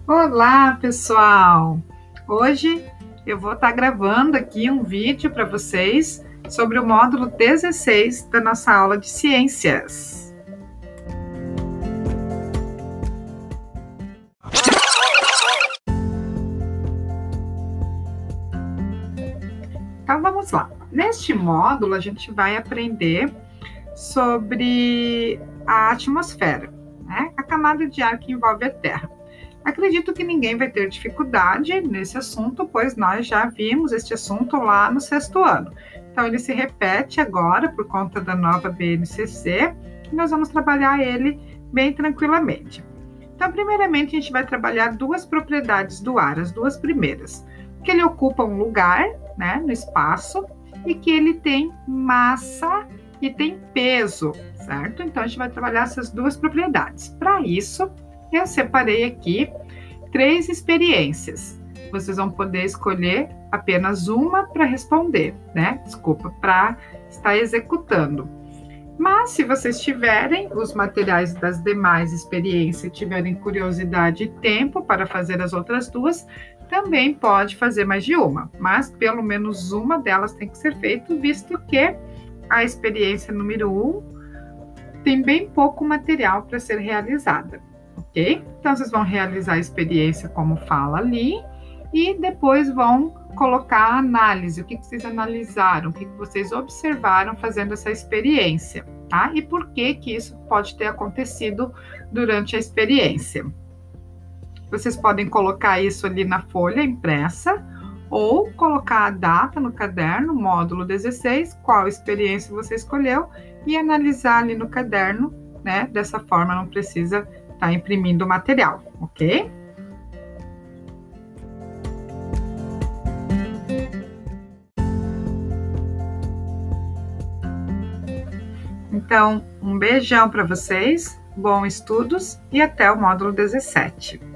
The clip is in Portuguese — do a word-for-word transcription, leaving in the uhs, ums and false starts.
Olá, pessoal! Hoje eu vou estar gravando aqui um vídeo para vocês sobre o módulo dezesseis da nossa aula de ciências. Então vamos lá. Neste módulo a gente vai aprender sobre a atmosfera, né? A camada de ar que envolve a Terra. Acredito que ninguém vai ter dificuldade nesse assunto, pois nós já vimos este assunto lá no sexto ano. Então, ele se repete agora por conta da nova B N C C, e nós vamos trabalhar ele bem tranquilamente. Então, primeiramente, a gente vai trabalhar duas propriedades do ar, as duas primeiras. Que ele ocupa um lugar, né, no espaço, e que ele tem massa e tem peso, certo? Então, a gente vai trabalhar essas duas propriedades. Para isso, eu separei aqui três experiências. Vocês vão poder escolher apenas uma para responder, né? Desculpa, para estar executando. Mas, se vocês tiverem os materiais das demais experiências, tiverem curiosidade e tempo para fazer as outras duas, também pode fazer mais de uma. Mas, pelo menos uma delas tem que ser feita, visto que a experiência número um tem bem pouco material para ser realizada. Ok? Então, vocês vão realizar a experiência como fala ali e depois vão colocar a análise, o que, que vocês analisaram, o que, que vocês observaram fazendo essa experiência, tá? E por que que isso pode ter acontecido durante a experiência. Vocês podem colocar isso ali na folha impressa ou colocar a data no caderno, módulo dezesseis, qual experiência você escolheu e analisar ali no caderno, né? Dessa forma não precisa tá imprimindo o material, ok? Então, um beijão para vocês, bons estudos e até o módulo dezessete.